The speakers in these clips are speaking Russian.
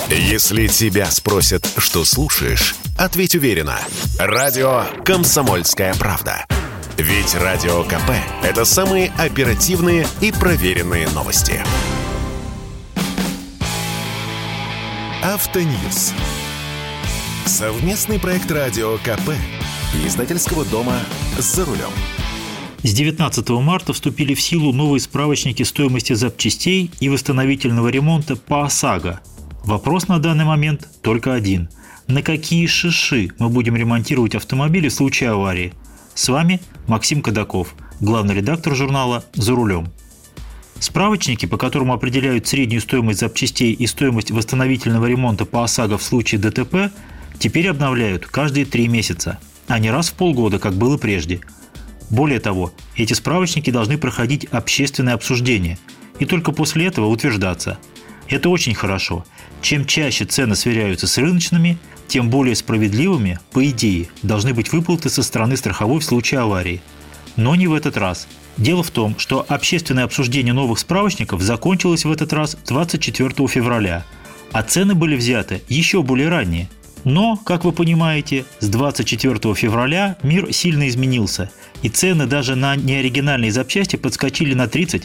Если тебя спросят, что слушаешь, ответь уверенно. Радио «Комсомольская правда». Ведь Радио КП – это самые оперативные и проверенные новости. Автоньюз. Совместный проект Радио КП и издательского дома «За рулем». С 19 марта вступили в силу новые справочники стоимости запчастей и восстановительного ремонта по ОСАГО. Вопрос на данный момент только один. На какие шиши мы будем ремонтировать автомобили в случае аварии? С вами Максим Кадаков, главный редактор журнала «За рулем». Справочники, по которым определяют среднюю стоимость запчастей и стоимость восстановительного ремонта по ОСАГО в случае ДТП, теперь обновляют каждые 3 месяца, а не раз в полгода, как было прежде. Более того, эти справочники должны проходить общественное обсуждение и только после этого утверждаться. Это очень хорошо. Чем чаще цены сверяются с рыночными, тем более справедливыми, по идее, должны быть выплаты со стороны страховой в случае аварии. Но не в этот раз. Дело в том, что общественное обсуждение новых справочников закончилось в этот раз 24 февраля, а цены были взяты еще более ранее. Но, как вы понимаете, с 24 февраля мир сильно изменился, и цены даже на неоригинальные запчасти подскочили на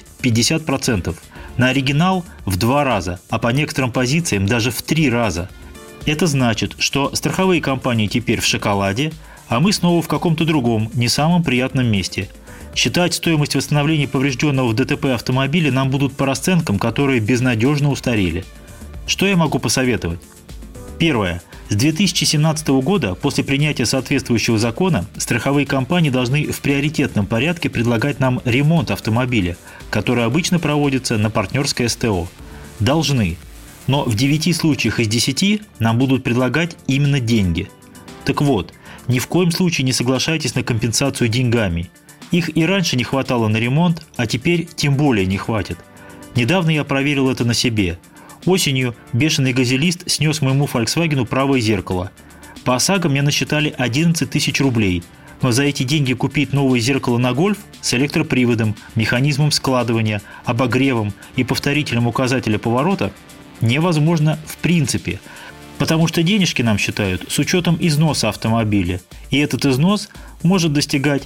30-50%. На оригинал в 2 раза, а по некоторым позициям даже в 3 раза. Это значит, что страховые компании теперь в шоколаде, а мы снова в каком-то другом, не самом приятном месте. Считать стоимость восстановления поврежденного в ДТП автомобиля нам будут по расценкам, которые безнадежно устарели. Что я могу посоветовать? Первое. С 2017 года, после принятия соответствующего закона, страховые компании должны в приоритетном порядке предлагать нам ремонт автомобиля, который обычно проводится на партнерское СТО. Должны. Но в 9 случаях из 10 нам будут предлагать именно деньги. Так вот, ни в коем случае не соглашайтесь на компенсацию деньгами. Их и раньше не хватало на ремонт, а теперь тем более не хватит. Недавно я проверил это на себе. Осенью бешеный газелист снес моему Volkswagen правое зеркало. По ОСАГО мне насчитали 11 тысяч рублей, но за эти деньги купить новое зеркало на Golf с электроприводом, механизмом складывания, обогревом и повторителем указателя поворота невозможно в принципе, потому что денежки нам считают с учетом износа автомобиля, и этот износ может достигать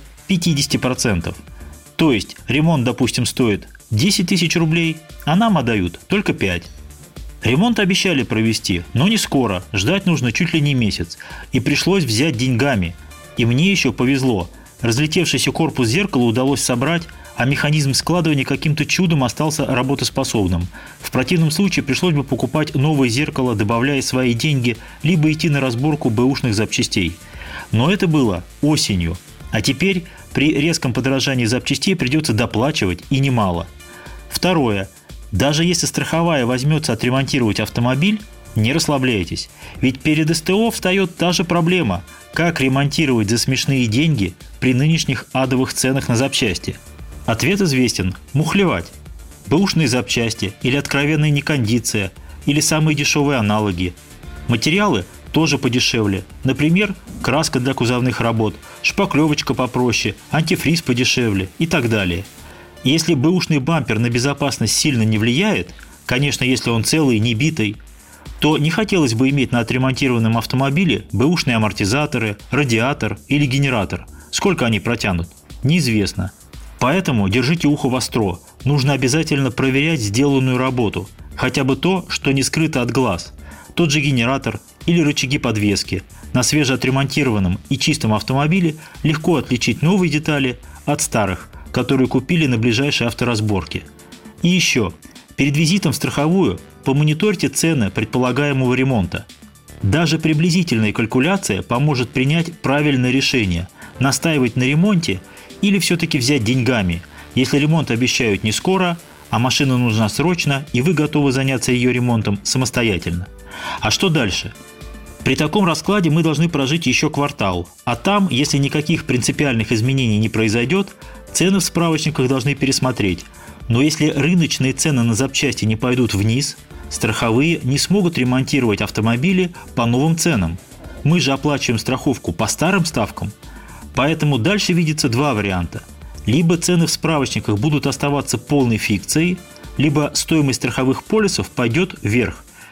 50%. То есть ремонт, допустим, стоит 10 тысяч рублей, а нам отдают только 5. Ремонт обещали провести, но не скоро, ждать нужно чуть ли не месяц. И пришлось взять деньгами. И мне еще повезло. Разлетевшийся корпус зеркала удалось собрать, а механизм складывания каким-то чудом остался работоспособным. В противном случае пришлось бы покупать новое зеркало, добавляя свои деньги, либо идти на разборку бэушных запчастей. Но это было осенью. А теперь при резком подорожании запчастей придется доплачивать и немало. Второе. Даже если страховая возьмется отремонтировать автомобиль, не расслабляйтесь. Ведь перед СТО встает та же проблема – как ремонтировать за смешные деньги при нынешних адовых ценах на запчасти. Ответ известен – мухлевать. Бэушные запчасти или откровенная некондиция, или самые дешевые аналоги. Материалы тоже подешевле. Например, краска для кузовных работ, шпаклевочка попроще, антифриз подешевле и так далее. Если бэушный бампер на безопасность сильно не влияет, конечно, если он целый, не битый, то не хотелось бы иметь на отремонтированном автомобиле бэушные амортизаторы, радиатор или генератор. Сколько они протянут? Неизвестно. Поэтому держите ухо востро. Нужно обязательно проверять сделанную работу. Хотя бы то, что не скрыто от глаз. Тот же генератор или рычаги подвески. На свежеотремонтированном и чистом автомобиле легко отличить новые детали от старых, которые купили на ближайшей авторазборке. И еще, перед визитом в страховую помониторьте цены предполагаемого ремонта. Даже приблизительная калькуляция поможет принять правильное решение – настаивать на ремонте или все-таки взять деньгами, если ремонт обещают не скоро, а машина нужна срочно и вы готовы заняться ее ремонтом самостоятельно. А что дальше? При таком раскладе мы должны прожить еще квартал, а там, если никаких принципиальных изменений не произойдет, цены в справочниках должны пересмотреть. Но если рыночные цены на запчасти не пойдут вниз, страховые не смогут ремонтировать автомобили по новым ценам. Мы же оплачиваем страховку по старым ставкам. Поэтому дальше видится 2 варианта. Либо цены в справочниках будут оставаться полной фикцией, либо стоимость страховых полисов пойдет вверх.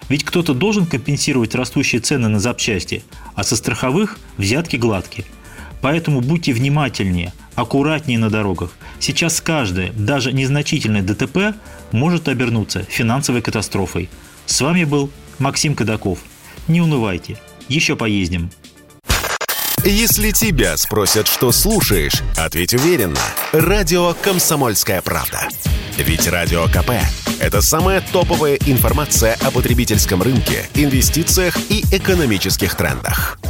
Ведь кто-то должен компенсировать растущие цены на запчасти, а со страховых взятки гладкие. Поэтому будьте внимательнее, аккуратнее на дорогах. Сейчас каждое, даже незначительное ДТП может обернуться финансовой катастрофой. С вами был Максим Кадаков. Не унывайте, еще поездим. Если тебя спросят, что слушаешь, ответь уверенно. Радио «Комсомольская правда». Ведь Радио КП – это самая топовая информация о потребительском рынке, инвестициях и экономических трендах.